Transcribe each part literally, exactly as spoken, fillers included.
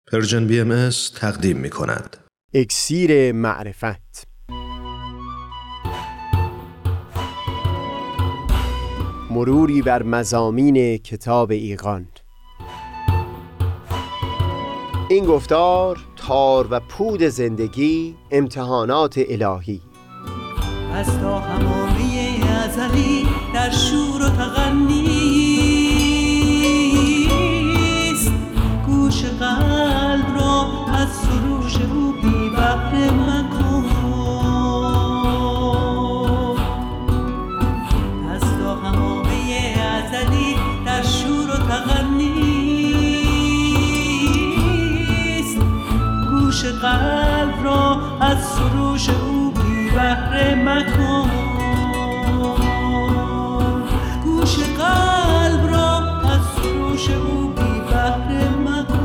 پرژن بی ام اس تقدیم می کند اکسیر معرفت. مروری بر مضامین کتاب ایقان. این گفتار تار و پود زندگی، امتحانات الهی. از تا همامه ازلی در شور و تغنیست، گوش قلب را از سروش او بی بهره مکن. از تا همامه ازلی در شور و تغنیست، گوش قلب را از سروش او بی بهره مکن. گوش قلب را از سروش او بی بهره مکن.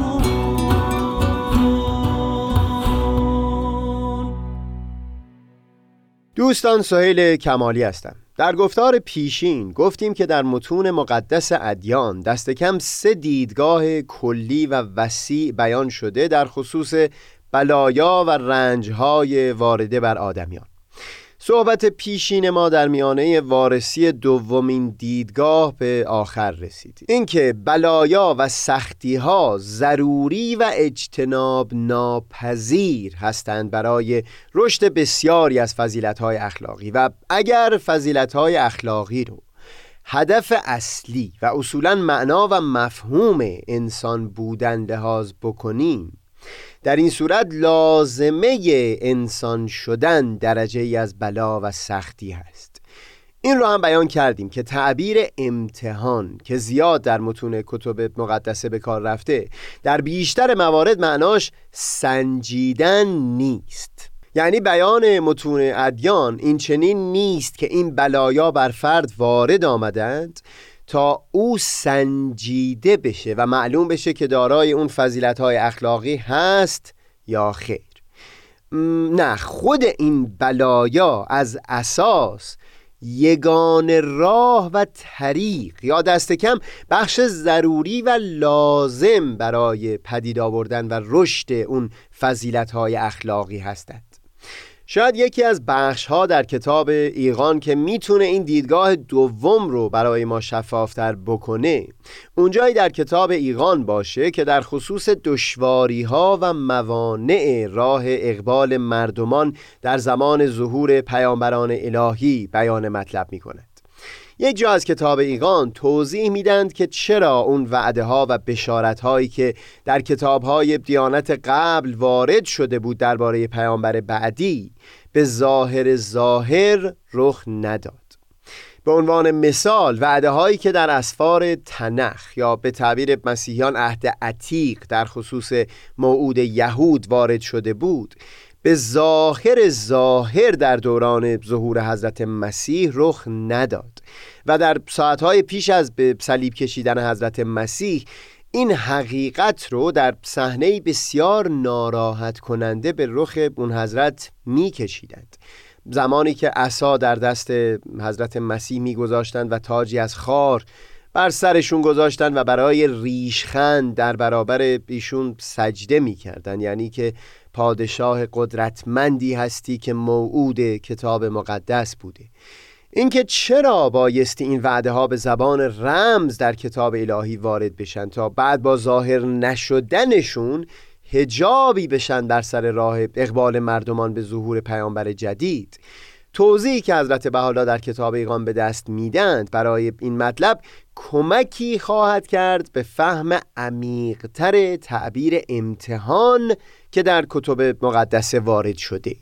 دوستان، سهیل کمالی هستم. در گفتار پیشین گفتیم که در متون مقدس ادیان دست کم سه دیدگاه کلی و وسیع بیان شده در خصوص بلایا و رنج‌های وارده بر آدمیان. صحبت پیشین ما در میانه وارسی دومین دیدگاه به آخر رسید، اینکه بلایا و سختی‌ها ضروری و اجتناب ناپذیر هستند برای رشد بسیاری از فضیلت‌های اخلاقی، و اگر فضیلت‌های اخلاقی رو هدف اصلی و اصولاً معنا و مفهوم انسان بودن لحاظ بکنیم، در این صورت لازمه انسان شدن درجه ای از بلا و سختی هست. این رو هم بیان کردیم که تعبیر امتحان که زیاد در متون کتب مقدسه به کار رفته، در بیشتر موارد معناش سنجیدن نیست. یعنی بیان متون ادیان این چنین نیست که این بلایا بر فرد وارد آمدند تا او سنجیده بشه و معلوم بشه که دارای اون فضیلت‌های اخلاقی هست یا خیر. نه، خود این بلایا از اساس یگانه راه و طریق یا دست کم بخش ضروری و لازم برای پدید آوردن و رشد اون فضیلت‌های اخلاقی هستند. شاید یکی از بخش‌ها در کتاب ایقان که میتونه این دیدگاه دوم رو برای ما شفافتر بکنه، اونجایی در کتاب ایقان باشه که در خصوص دشواری‌ها و موانع راه اقبال مردمان در زمان ظهور پیامبران الهی بیان مطلب میکنه. یک جا از کتاب ایقان توضیح میدند که چرا اون وعده ها و بشارت هایی که در کتاب های دیانت قبل وارد شده بود درباره پیامبر بعدی به ظاهر ظاهر رخ نداد. به عنوان مثال وعده هایی که در اسفار تنخ یا به تعبیر مسیحیان عهد عتیق در خصوص موعود یهود وارد شده بود، به ظاهر ظاهر در دوران ظهور حضرت مسیح رخ نداد و در ساعتهای پیش از به صلیب کشیدن حضرت مسیح این حقیقت رو در صحنه بسیار ناراحت کننده به رخ اون حضرت می کشیدند. زمانی که عصا در دست حضرت مسیح می گذاشتند و تاجی از خار بر سرشون گذاشتن و برای ریشخند در برابر ایشون سجده می کردن، یعنی که پادشاه قدرتمندی هستی که موعود کتاب مقدس بوده. اینکه چرا بایستی این وعده ها به زبان رمز در کتاب الهی وارد بشن تا بعد با ظاهر نشدنشون حجابی بشن در سر راه اقبال مردمان به ظهور پیامبر جدید، توضیحی که حضرت بهاءالله در کتاب ایقان به دست میدند برای این مطلب کمکی خواهد کرد به فهم عمیق‌تر تعبیر امتحان که در کتب مقدسه وارد شده.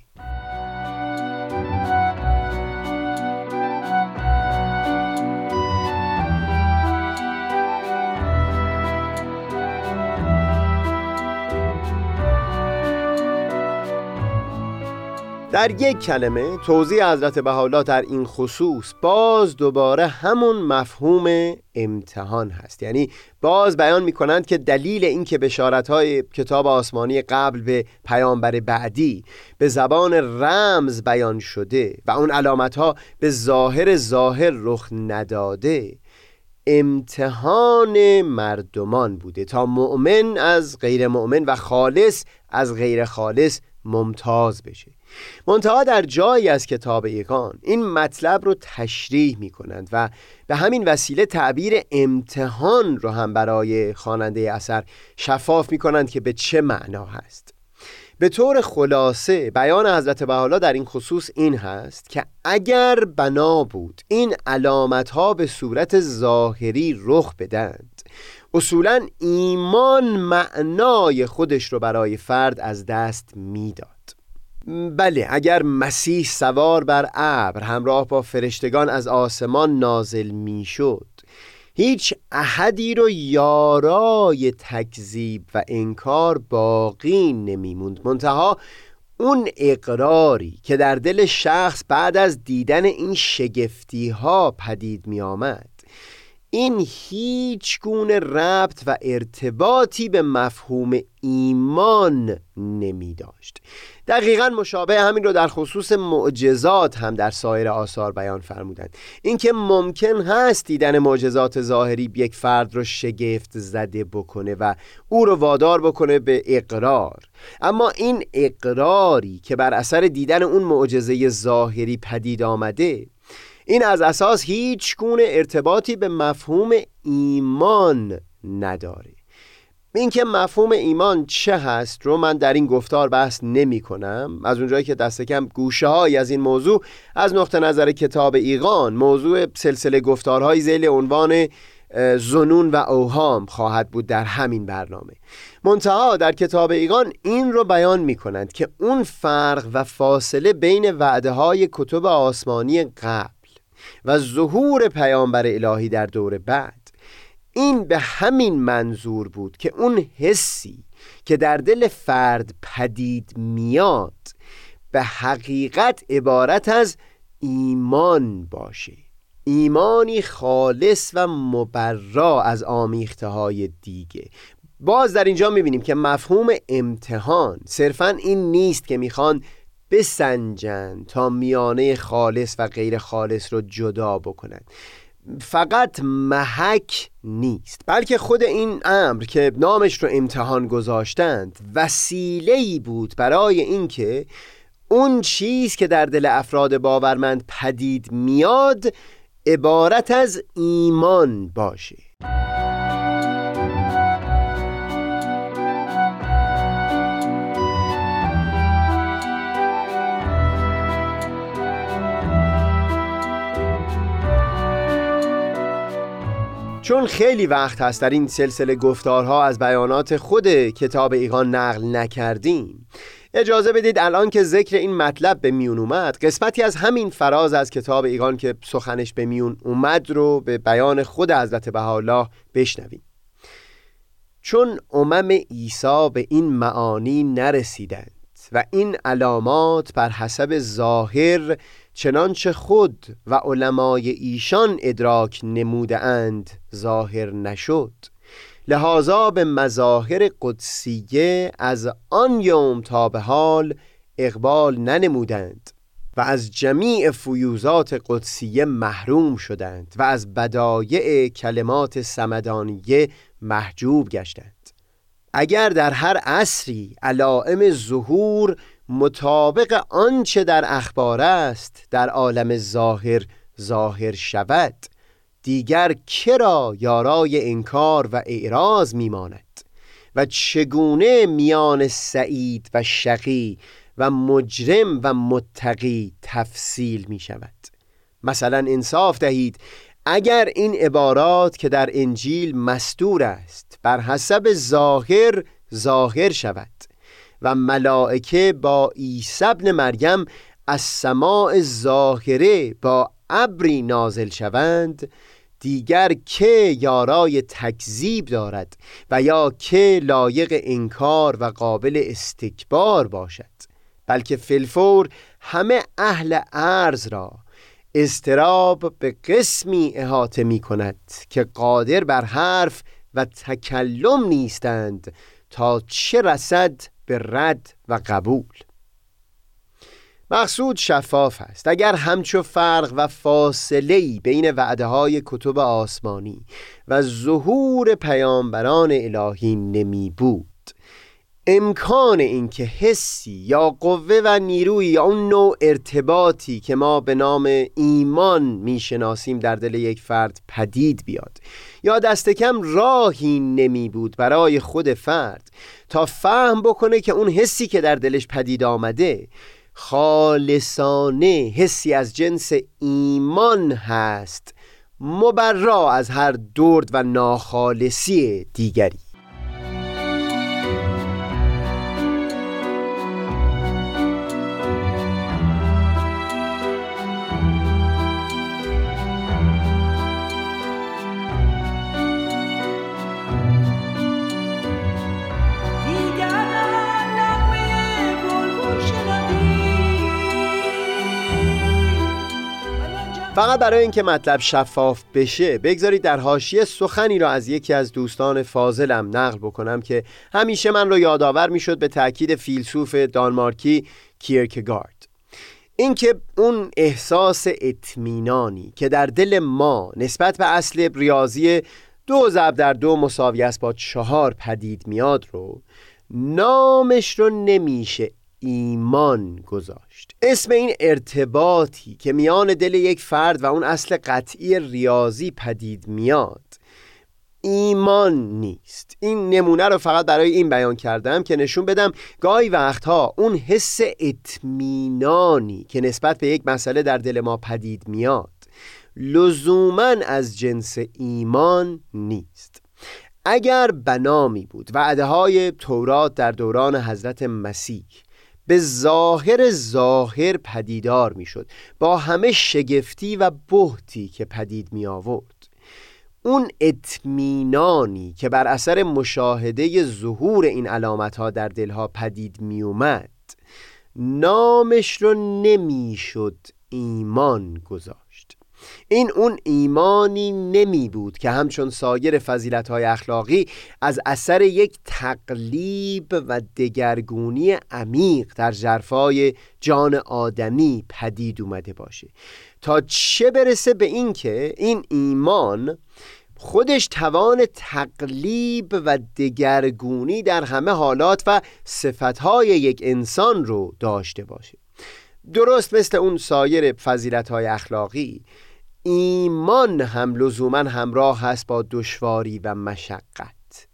در یک کلمه توضیح حضرت بهاءالله در این خصوص باز دوباره همون مفهوم امتحان هست. یعنی باز بیان می کنند که دلیل این که بشارت‌های کتاب آسمانی قبل به پیامبر بعدی به زبان رمز بیان شده و اون علامت‌ها به ظاهر ظاهر رخ نداده، امتحان مردمان بوده تا مؤمن از غیر مؤمن و خالص از غیر خالص ممتاز بشه. منتها در جایی از کتاب ایقان این مطلب رو تشریح می کنند و به همین وسیله تعبیر امتحان رو هم برای خواننده اثر شفاف می کنند که به چه معنا هست. به طور خلاصه بیان حضرت بهاءالله در این خصوص این هست که اگر بنا بود این علامت‌ها به صورت ظاهری رخ بدند، اصولاً ایمان معنای خودش رو برای فرد از دست میداد. بله، اگر مسیح سوار بر ابر همراه با فرشتگان از آسمان نازل میشد، هیچ احدی رو یارای تکذیب و انکار باقی نمیموند. منتها اون اقراری که در دل شخص بعد از دیدن این شگفتی ها پدید می آمد، این هیچ گونه ربط و ارتباطی به مفهوم ایمان نمی داشت. دقیقاً مشابه همین رو در خصوص معجزات هم در سایر آثار بیان فرمودند. اینکه ممکن هست دیدن معجزات ظاهری یک فرد رو شگفت زده بکنه و او رو وادار بکنه به اقرار، اما این اقراری که بر اثر دیدن اون معجزه ظاهری پدید آمده، این از اساس هیچ گونه ارتباطی به مفهوم ایمان نداره. اینکه مفهوم ایمان چه هست رو من در این گفتار بحث نمی کنم، از اونجایی که دست کم گوشه های از این موضوع از نقطه نظر کتاب ایقان موضوع سلسله گفتارهای ذیل عنوان ظنون و اوهام خواهد بود در همین برنامه. منتها در کتاب ایقان این رو بیان می کنند که اون فرق و فاصله بین وعده های کتب آسمانی قبل و ظهور پیامبر الهی در دور بعد، این به همین منظور بود که اون حسی که در دل فرد پدید میاد به حقیقت عبارت از ایمان باشه، ایمانی خالص و مبرا از آمیخته های دیگه. باز در اینجا میبینیم که مفهوم امتحان صرفاً این نیست که میخوان بسنجن تا میانه خالص و غیر خالص رو جدا بکنن، فقط محک نیست، بلکه خود این امر که نامش رو امتحان گذاشتند وسیله‌ای بود برای اینکه اون چیز که در دل افراد باورمند پدید میاد عبارت از ایمان باشه. چون خیلی وقت هست در این سلسله گفتارها از بیانات خود کتاب ایقان نقل نکردیم، اجازه بدید الان که ذکر این مطلب به میون اومد، قسمتی از همین فراز از کتاب ایقان که سخنش به میون اومد رو به بیان خود حضرت بهاءالله بشنویم. چون امم عیسی به این معانی نرسیدند و این علامات بر حسب ظاهر چنانچه خود و علمای ایشان ادراک نموده اند ظاهر نشد، لحاظا به مظاهر قدسیه از آن یوم تا به حال اقبال ننمودند و از جمیع فیوزات قدسیه محروم شدند و از بدایع کلمات صمدانیه محجوب گشتند. اگر در هر عصری علائم ظهور مطابق آنچه در اخبار است در عالم ظاهر ظاهر شود، دیگر کرا یارای انکار و اعراض میماند و چگونه میان سعید و شقی و مجرم و متقی تفصیل می شود. مثلا انصاف دهید، اگر این عبارات که در انجیل مستور است بر حسب ظاهر ظاهر شود و ملائکه با عیسی ابن مریم از سماع ظاهره با ابری نازل شوند، دیگر که یارای تکذیب دارد و یا که لایق انکار و قابل استکبار باشد، بلکه فی‌الفور همه اهل ارض را اضطراب به قسمی احاطه می کند که قادر بر حرف و تکلم نیستند تا چه رسد به رد و قبول. مقصود شفاف است. اگر همچو فرق و فاصله‌ای بین وعده‌های کتب آسمانی و ظهور پیامبران الهی نمی بود، امکان این که حسی یا قوه و نیروی یا اون نوع ارتباطی که ما به نام ایمان میشناسیم در دل یک فرد پدید بیاد، یا دست کم راهی نمی بود برای خود فرد تا فهم بکنه که اون حسی که در دلش پدید آمده خالصانه حسی از جنس ایمان هست، مبرا از هر درد و ناخالصی دیگری. فقط برای اینکه مطلب شفاف بشه بگذارید در حاشیه سخنی را از یکی از دوستان فاضلم نقل بکنم که همیشه من رو یادآور میشد به تأکید فیلسوف دانمارکی کیرکگارد. این که اون احساس اطمینانی که در دل ما نسبت به اصل ریاضی دو ضرب در دو مساوی است با چهار پدید میاد رو نامش رو نمیشه ایمان گذاشت. اسم این ارتباطی که میان دل یک فرد و اون اصل قطعی ریاضی پدید میاد ایمان نیست. این نمونه رو فقط برای این بیان کردم که نشون بدم گاهی وقتها اون حس اطمینانی که نسبت به یک مسئله در دل ما پدید میاد لزوماً از جنس ایمان نیست. اگر بنامی بود وعده های تورات در دوران حضرت مسیح به ظاهر ظاهر پدیدار می شد با همه شگفتی و بهتی که پدید می آورد، اون اطمینانی که بر اثر مشاهده ظهور این علامت ها در دلها پدید می اومد نامش رو نمی شد ایمان گذاشت. این اون ایمانی نمی بود که همچون سایر فضیلت‌های اخلاقی از اثر یک تقلیب و دگرگونی عمیق در ژرفای جان آدمی پدید اومده باشه، تا چه برسه به این که این ایمان خودش توان تقلیب و دگرگونی در همه حالات و صفتهای یک انسان رو داشته باشه. درست مثل اون سایر فضیلت‌های اخلاقی، ایمان هم لزوماً همراه هست با دشواری و مشقت.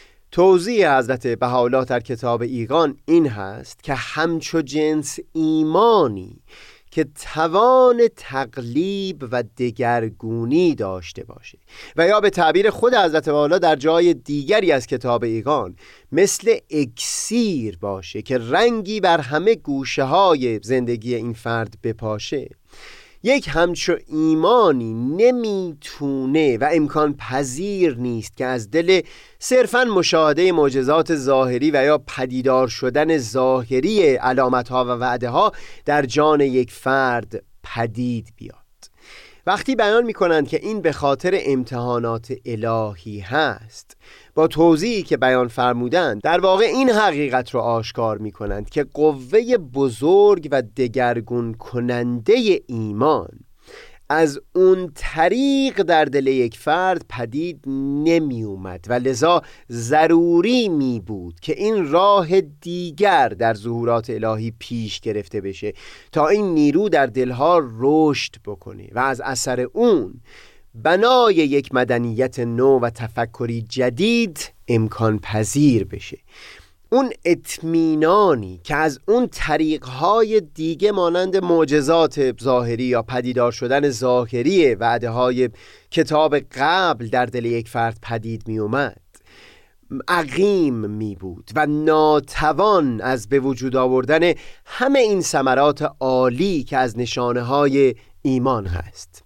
توضیح حضرت بهاءالله در کتاب ایقان این هست که همچو جنس ایمانی که توان تقلیب و دگرگونی داشته باشه و یا به تعبیر خود حضرت بهاءالله در جای دیگری از کتاب ایقان مثل اکسیر باشه که رنگی بر همه گوشه های زندگی این فرد بپاشه، یک همچو ایمانی نمیتونه و امکان پذیر نیست که از دل صرفاً مشاهده معجزات ظاهری و یا پدیدار شدن ظاهری علامت‌ها و وعده‌ها در جان یک فرد پدید بیاد. وقتی بیان می‌کنند که این به خاطر امتحانات الهی هست، با توضیحی که بیان فرمودند در واقع این حقیقت رو آشکار می‌کنند که قوه بزرگ و دگرگون کننده ایمان از اون طریق در دل یک فرد پدید نمی اومد و لذا ضروری می بود که این راه دیگر در ظهورات الهی پیش گرفته بشه تا این نیرو در دلها رشد بکنه و از اثر اون بنای یک مدنیت نو و تفکری جدید امکان پذیر بشه. اون اطمینانی که از اون طریقهای دیگه مانند معجزات ظاهری یا پدیدار شدن ظاهری وعده های کتاب قبل در دل یک فرد پدید می اومد عقیم می بود و ناتوان از به وجود آوردن همه این ثمرات عالی که از نشانه های ایمان هست.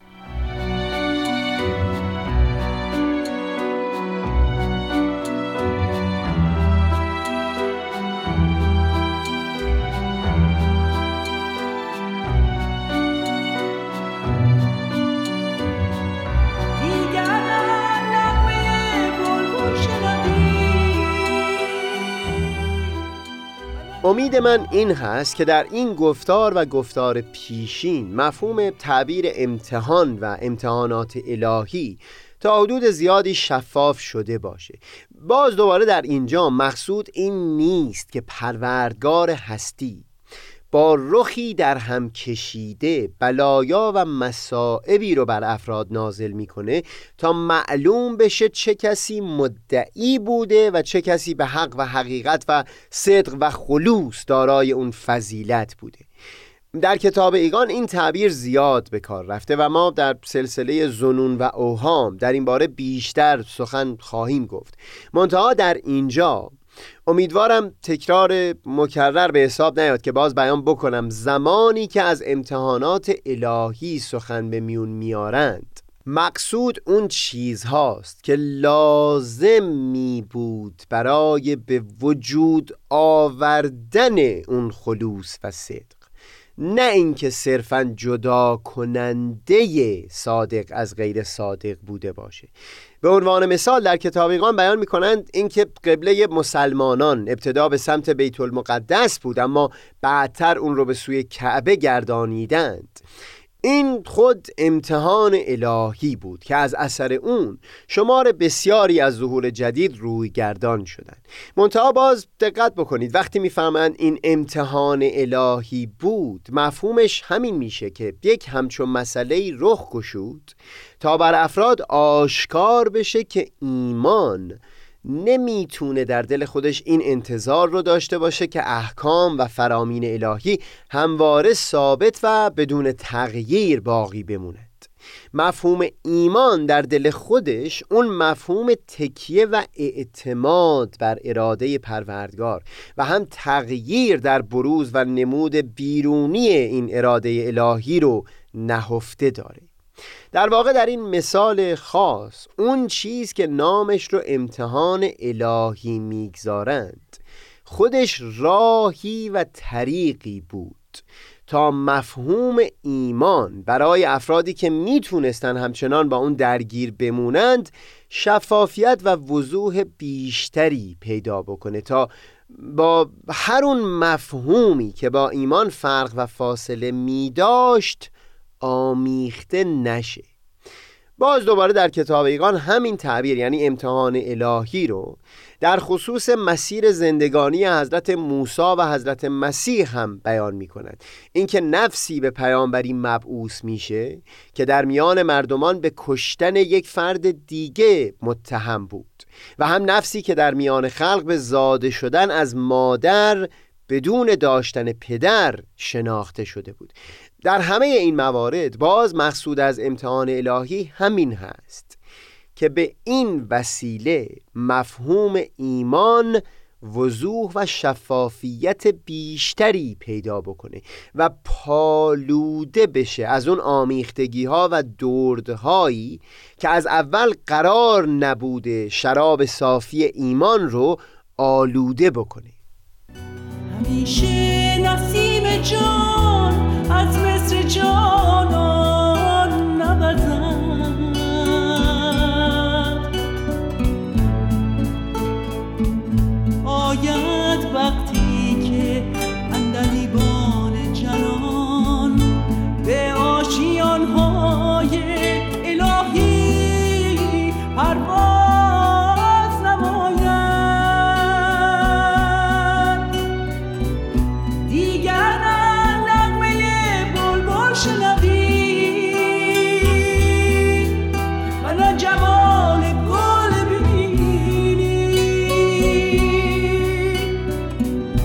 امید من این هست که در این گفتار و گفتار پیشین مفهوم تعبیر امتحان و امتحانات الهی تا حدود زیادی شفاف شده باشه. باز دوباره در اینجا مقصود این نیست که پروردگار هستی با رخی در هم کشیده بلایا و مصائبی رو بر افراد نازل میکنه تا معلوم بشه چه کسی مدعی بوده و چه کسی به حق و حقیقت و صدق و خلوص دارای اون فضیلت بوده. در کتاب ایگان این تعبیر زیاد به کار رفته و ما در سلسله ظنون و اوهام در این باره بیشتر سخن خواهیم گفت. منتها در اینجا امیدوارم تکرار مکرر به حساب نیاد که باز بیان بکنم زمانی که از امتحانات الهی سخن به میون میارند مقصود اون چیزهاست که لازم می بود برای به وجود آوردن اون خلوص و صدق، نه اینکه صرفاً جدا کننده صادق از غیر صادق بوده باشه. به عنوان مثال در کتاب ایقان بیان میکنند اینکه قبله مسلمانان ابتدا به سمت بیت المقدس بود اما بعدتر اون رو به سوی کعبه گردانیدند. این خود امتحان الهی بود که از اثر اون شمار بسیاری از ظهور جدید روی گردان شدند. منتها باز دقت بکنید وقتی میفهمند این امتحان الهی بود مفهومش همین میشه که یک همچون مسئله‌ای رخ گشود تا بر افراد آشکار بشه که ایمان نمیتونه در دل خودش این انتظار رو داشته باشه که احکام و فرامین الهی همواره ثابت و بدون تغییر باقی بموند. مفهوم ایمان در دل خودش اون مفهوم تکیه و اعتماد بر اراده پروردگار و هم تغییر در بروز و نمود بیرونی این اراده الهی رو نهفته داره. در واقع در این مثال خاص اون چیز که نامش رو امتحان الهی میگذارند خودش راهی و طریقی بود تا مفهوم ایمان برای افرادی که میتونستن همچنان با اون درگیر بمونند شفافیت و وضوح بیشتری پیدا بکنه تا با هر اون مفهومی که با ایمان فرق و فاصله میداشت آمیخته نشه. باز دوباره در کتاب ایقان همین تعبیر یعنی امتحان الهی رو در خصوص مسیر زندگانی حضرت موسی و حضرت مسیح هم بیان می کند. اینکه نفسی به پیامبری مبعوث میشه که در میان مردمان به کشتن یک فرد دیگه متهم بود و هم نفسی که در میان خلق به زاده شدن از مادر بدون داشتن پدر شناخته شده بود. در همه این موارد باز مقصود از امتحان الهی همین هست که به این وسیله مفهوم ایمان وضوح و شفافیت بیشتری پیدا بکنه و پالوده بشه از اون آمیختگی ها و دردهایی که از اول قرار نبوده شراب صافی ایمان رو آلوده بکنه. همیشه نسیم جان از مصر جانان نوزد، آید وقتی که عندلیبان جنان به آشیان‌های الهی پرواز نماید. دیگر نغمه بلبل شنوی و نه جمال گل بینی،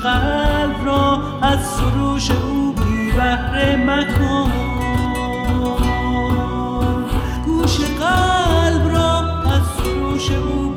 قلب را از سروش او بی بهره مکن. گوش قلب را از سروش او